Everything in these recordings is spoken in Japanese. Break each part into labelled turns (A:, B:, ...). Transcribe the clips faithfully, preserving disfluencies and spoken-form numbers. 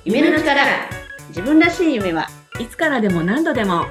A: 夢の力。自分らしい夢はいつからでも何度でも。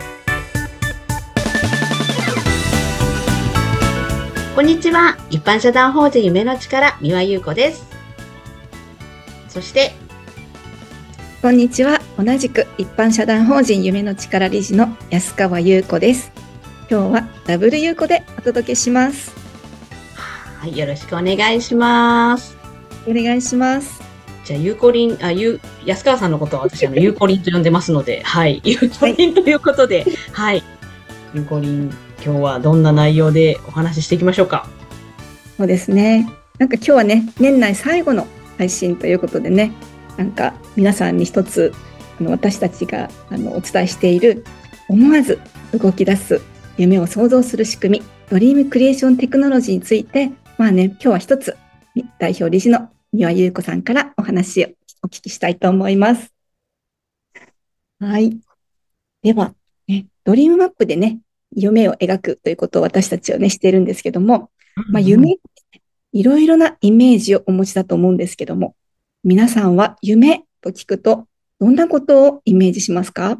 A: こんにちは。一般社団法人夢の力、三輪優子です。そして
B: こんにちは。同じく一般社団法人夢の力理事の安川優子です。今日はダブル優子でお届けします。
A: はい、よろしくお願いします。
B: お願いします。
A: じゃあ、ゆうこりん、あ、ゆう、安川さんのことは私、あの、ゆうこりんと呼んでますので、はい、ゆうこりんということで、はい、ゆうこりん、今日はどんな内容でお話ししていきましょうか。
B: そうですね。なんか今日はね、年内最後の配信ということでね、なんか皆さんに一つ、あの私たちがあのお伝えしている、思わず動き出す夢を創造する仕組み、ドリームクリエーションテクノロジーについて、まあね、今日は一つ、代表理事の三輪優子さんからお話をお聞きしたいと思います。はい。では、ね、ドリームマップでね、夢を描くということを私たちはね、しているんですけども、まあ、
A: うんうん、
B: 夢、いろいろなイメージをお持ちだと思うんですけども、皆さんは夢と聞くと、どんなことをイメージしますか？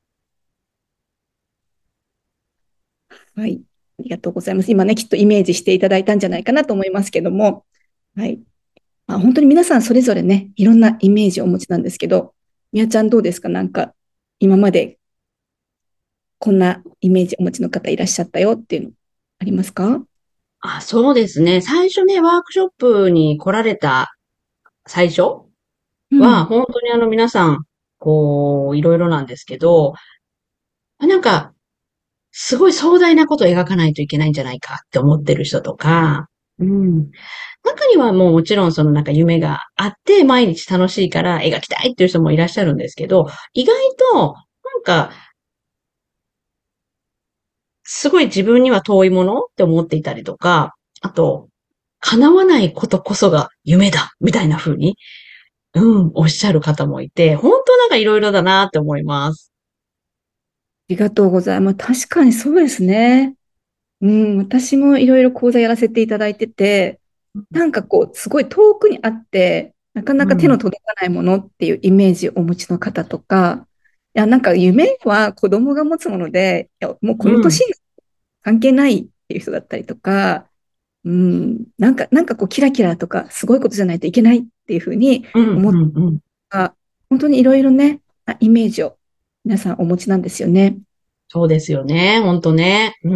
B: はい。ありがとうございます。今ね、きっとイメージしていただいたんじゃないかなと思いますけども、はい。まあ、本当に皆さんそれぞれね、いろんなイメージをお持ちなんですけど、みやちゃんどうですか？なんか、今までこんなイメージお持ちの方いらっしゃったよっていうのありますか？
A: あ、そうですね。最初ね、ワークショップに来られた最初は、
B: うん。
A: 本当にあの皆さん、こう、いろいろなんですけど、なんか、すごい壮大なことを描かないといけないんじゃないかって思ってる人とか、うん。中にはもうもちろんそのなんか夢があって毎日楽しいから描きたいっていう人もいらっしゃるんですけど、意外となんかすごい自分には遠いものって思っていたりとか、あと、叶わないことこそが夢だみたいな風に、うん、おっしゃる方もいて、本当なんかいろいろだなって思います。
B: ありがとうございます。確かにそうですね。うん、私もいろいろ講座やらせていただいてて、なんかこう、すごい遠くにあって、なかなか手の
A: うん、
B: 届かないものっていうイメージをお持ちの方とか、いや、なんか夢は子供が持つもので、いや、もうこの
A: うん、
B: 年に関係ないっていう人だったりとか、うん、なんか、なんかこう、キラキラとか、すごいことじゃないといけないっていうふうに
A: うん、
B: 思っ
A: うん、うん。
B: た、本当にいろいろね、あイメージを皆さんお持ちなんですよね。
A: そうですよね。本当ね。うん。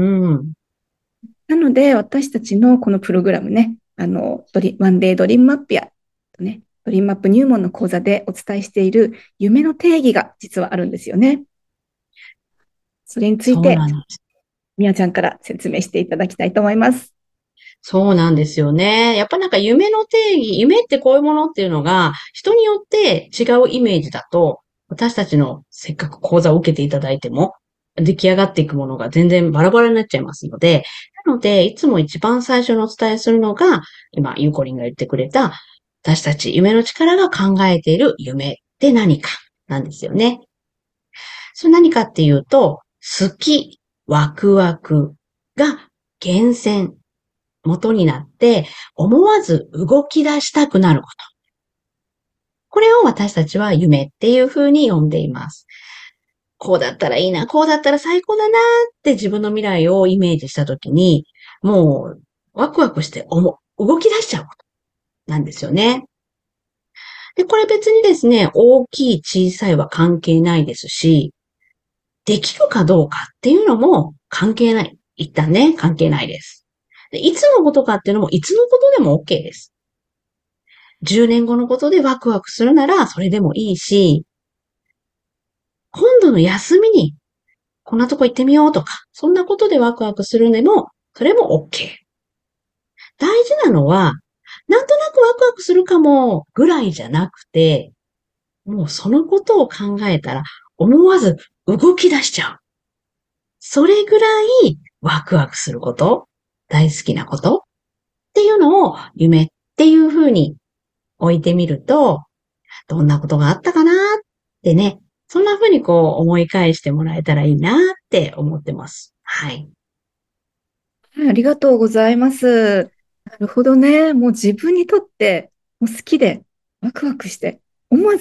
B: なので、私たちのこのプログラムね、あの、ドリ、ワンデードリームマップや、ね、ドリームマップ入門の講座でお伝えしている夢の定義が実はあるんですよね。それについ
A: そう
B: て、
A: なんです。
B: みやちゃんから説明していただきたいと思います。
A: そうなんですよね。やっぱなんか夢の定義、夢ってこういうものっていうのが、人によって違うイメージだと、私たちのせっかく講座を受けていただいても、出来上がっていくものが全然バラバラになっちゃいますので、なので、いつも一番最初にお伝えするのが、今、ゆうこりんが言ってくれた、私たち夢の力が考えている夢って何かなんですよね。それ何かっていうと、好き、ワクワクが源泉、元になって、思わず動き出したくなること。これを私たちは夢っていう風に呼んでいます。こうだったらいいな、こうだったら最高だなって自分の未来をイメージしたときに、もうワクワクして思う、動き出しちゃうことなんですよね。で、これ別にですね、大きい小さいは関係ないですし、できるかどうかっていうのも関係ない。一旦ね、関係ないです。でいつのことかっていうのもいつのことでも OK です。じゅうねんごのことでワクワクするならそれでもいいし、今度の休みにこんなとこ行ってみようとか、そんなことでワクワクするのも、それも OK。大事なのは、なんとなくワクワクするかもぐらいじゃなくて、もうそのことを考えたら思わず動き出しちゃう。それぐらいワクワクすること、大好きなことっていうのを夢っていう風に置いてみると、どんなことがあったかなってね、そんな風にこう思い返してもらえたらいいなって思ってます。はい。
B: はい、ありがとうございます。なるほどね。もう自分にとってもう好きでワクワクして思わず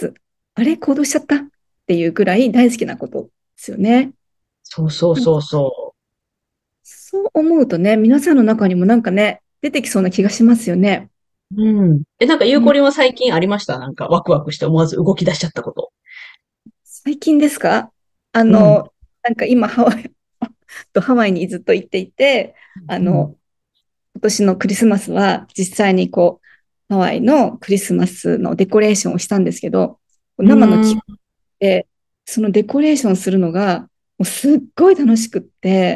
B: あれ行動しちゃったっていうぐらい大好きなことですよね。
A: そうそうそうそ
B: そう思うとね、皆さんの中にもなんかね、出てきそうな気がしますよね。
A: う。うん。え、なんか、ゆう
B: うん、
A: こりんは最近ありましたなんか、ワクワクして思わず動き出しちゃったこと。
B: 最近ですか？あ
A: うん。
B: の、なんか今ハワイ、とハワイにずっと行っていて、あ
A: うん。
B: の、今年のクリスマスは実際にこう、ハワイのクリスマスのデコレーションをしたんですけど、
A: う
B: 生の木
A: ーん。
B: で、そのデコレーションするのが、もうすっごい楽しくって、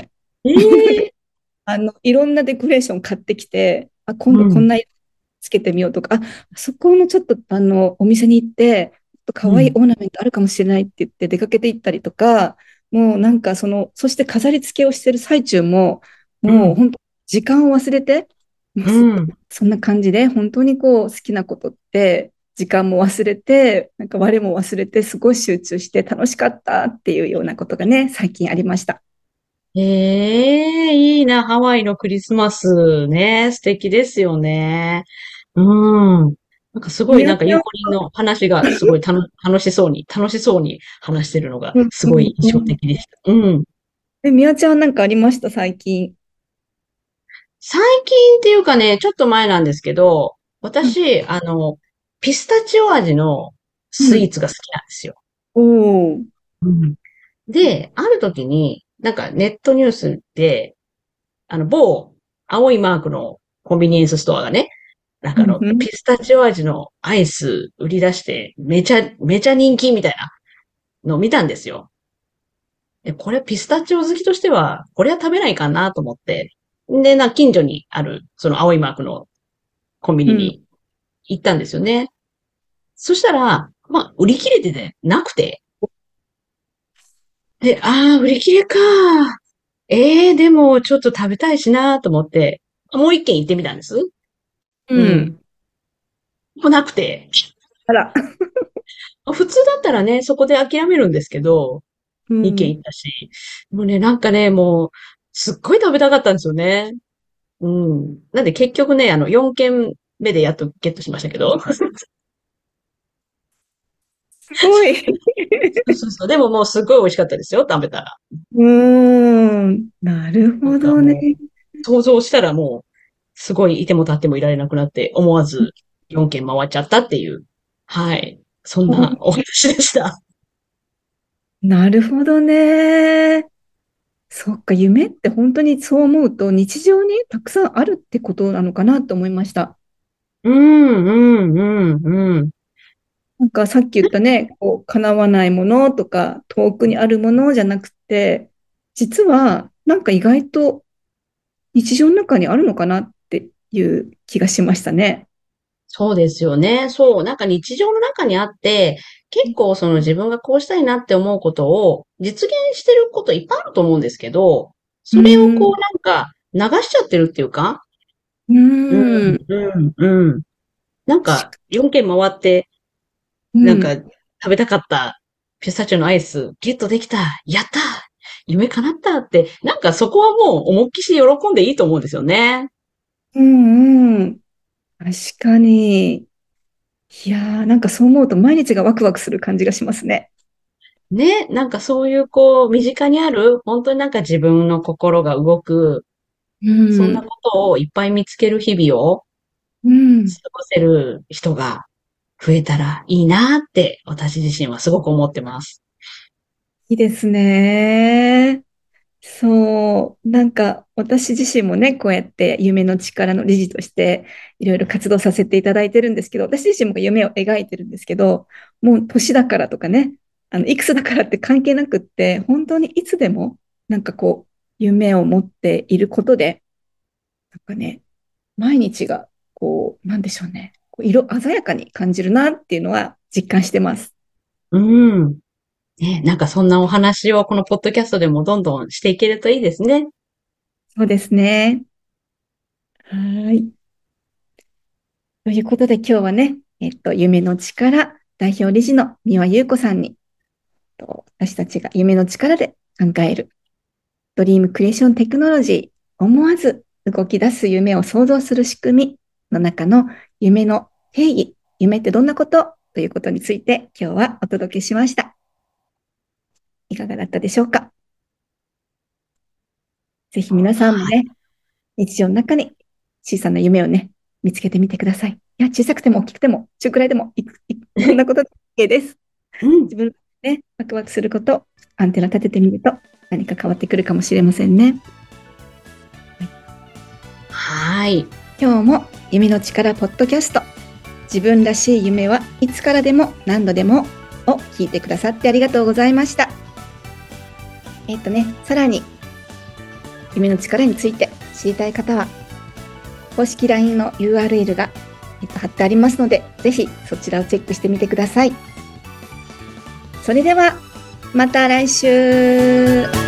A: ええ
B: あの、いろんなデコレーション買ってきて、あ、今
A: うん。
B: 度こんな色つけてみようとか、あ、あそこのちょっとあの、お店に行って、ちょっと可愛い
A: うん。
B: オーナメントあるかもしれないって言って出かけて行ったりとか、もうなんかその、そして飾り付けをしてる最中も、
A: うん。
B: もう本当、時間を忘れて、もう
A: う
B: そ、
A: ん。
B: そんな感じで、本当にこう、好きなことって、時間も忘れて、なんか我も忘れて、すごい集中して楽しかったっていうようなことがね、最近ありました。
A: ええいいな、ハワイのクリスマスね。素敵ですよね。うん。なんかすごい、なんかゆう
B: みやちゃん、
A: こりんの話がすごいたの楽しそうに、楽しそうに話してるのが
B: うん
A: す
B: うん
A: ごい印象
B: うん。
A: 的でした。うん。
B: え、みやちゃんはなんかありました、最近？
A: 最近っていうかね、ちょっと前なんですけど、
B: うん。
A: 私、あの、ピスタチオ味の
B: うん。
A: スイーツが好きなんですよ。
B: おー。
A: うん。で、ある時に、なんかネットニュースで、あの、某青いマークのコンビニエンスストアがね、なんかあの、
B: うんうん。
A: ピスタチオ味のアイス売り出して、めちゃ、めちゃ人気みたいなのを見たんですよ。で、これピスタチオ好きとしては、これは食べないかなと思って、で、な、近所にある、その青いマークのコンビ
B: うん。
A: ニに行ったんですよね。そしたら、まあ、売り切れててなくて、で、ああ、売り切れか。ええーでも、ちょっと食べたいしなと思って、もう一軒行ってみたんです。
B: うん。
A: うん。もうなくて。
B: あら。
A: 普通だったらね、そこで諦めるんですけど、二軒
B: うん。
A: 行ったし、もうね、なんかね、もう、すっごい食べたかったんですよね。うん。なんで結局ね、あの、よん軒目でやっとゲットしましたけど。
B: すごい。
A: そうそうそう。でももうすっごい美味しかったですよ、食べたら。
B: うーん。なる
A: なん
B: ほどね。
A: かもう、想像したらもう、すごいいても立ってもいられなくなって、思わずよん軒回っちゃったっていう、はい。そんなお話でした。
B: なるほどね。そっか、夢って本当にそう思うと日常にたくさんあるってことなのかなと思いました。
A: うん、うん、うん、うん。
B: なんかさっき言ったね、こう、叶わないものとか遠くにあるものじゃなくて、実はなんか意外と日常の中にあるのかなっていう気がしましたね。
A: そうですよね。そう。なんか日常の中にあって、結構その自分がこうしたいなって思うことを実現してることいっぱいあると思うんですけど、
B: う
A: それをこう
B: ーん、
A: なんか流しちゃってるっていうか、
B: う
A: うん、
B: ーん、
A: うん、うん。なんかよん軒回って、なんか
B: うん。
A: 食べたかったピスタチオのアイスゲットできた。やった夢叶ったって、なんかそこはもう思いっきし喜んでいいと思うんですよね。
B: うんうん。確かに。いやー、なんかそう思うと毎日がワクワクする感じがしますね。
A: ね、なんかそういうこう、身近にある、本当になんか自分の心が動く、
B: う
A: そんな
B: ん。
A: ことをいっぱい見つける日々を
B: うん。
A: 過ごせる人が増えたらいいなって私自身はすごく思ってます。
B: いいですね。そう。なんか私自身もね、こうやって夢の力の理事としていろいろ活動させていただいてるんですけど、私自身も夢を描いてるんですけど、もう年だからとかね、あの、いくつだからって関係なくって、本当にいつでもなんかこう、夢を持っていることで、なんかね、毎日が、こう、なんでしょうね。こう色鮮やかに感じるなっていうのは実感してます。
A: うん。ね、なんかそんなお話をこのポッドキャストでもどんどんしていけるといいですね。
B: そうですね。はーい。ということで今日はね、えっと、夢の力代表理事の三輪優子さんに、と私たちが夢の力で考えるドリームクリエーションテクノロジー、思わず動き出す夢を創造する仕組みの中の夢の定義、夢ってどんなことということについて今日はお届けしました。いかがだったでしょうか。ぜひ皆さんもね、日常の中に小さな夢をね、見つけてみてください。いや、小さくても大きくても、中くらいでもいく、いこんなことで OK です。
A: うん。
B: 自分でね、ワクワクすること、アンテナ立ててみると何か変わってくるかもしれませんね。
A: はい。
B: 今日も夢の力ポッドキャスト、自分らしい夢はいつからでも何度でもを聞いてくださってありがとうございました。えっとね、さらに夢の力について知りたい方は公式 ライン の ユーアールエル が、えっと、貼ってありますので、ぜひそちらをチェックしてみてください。それではまた来週。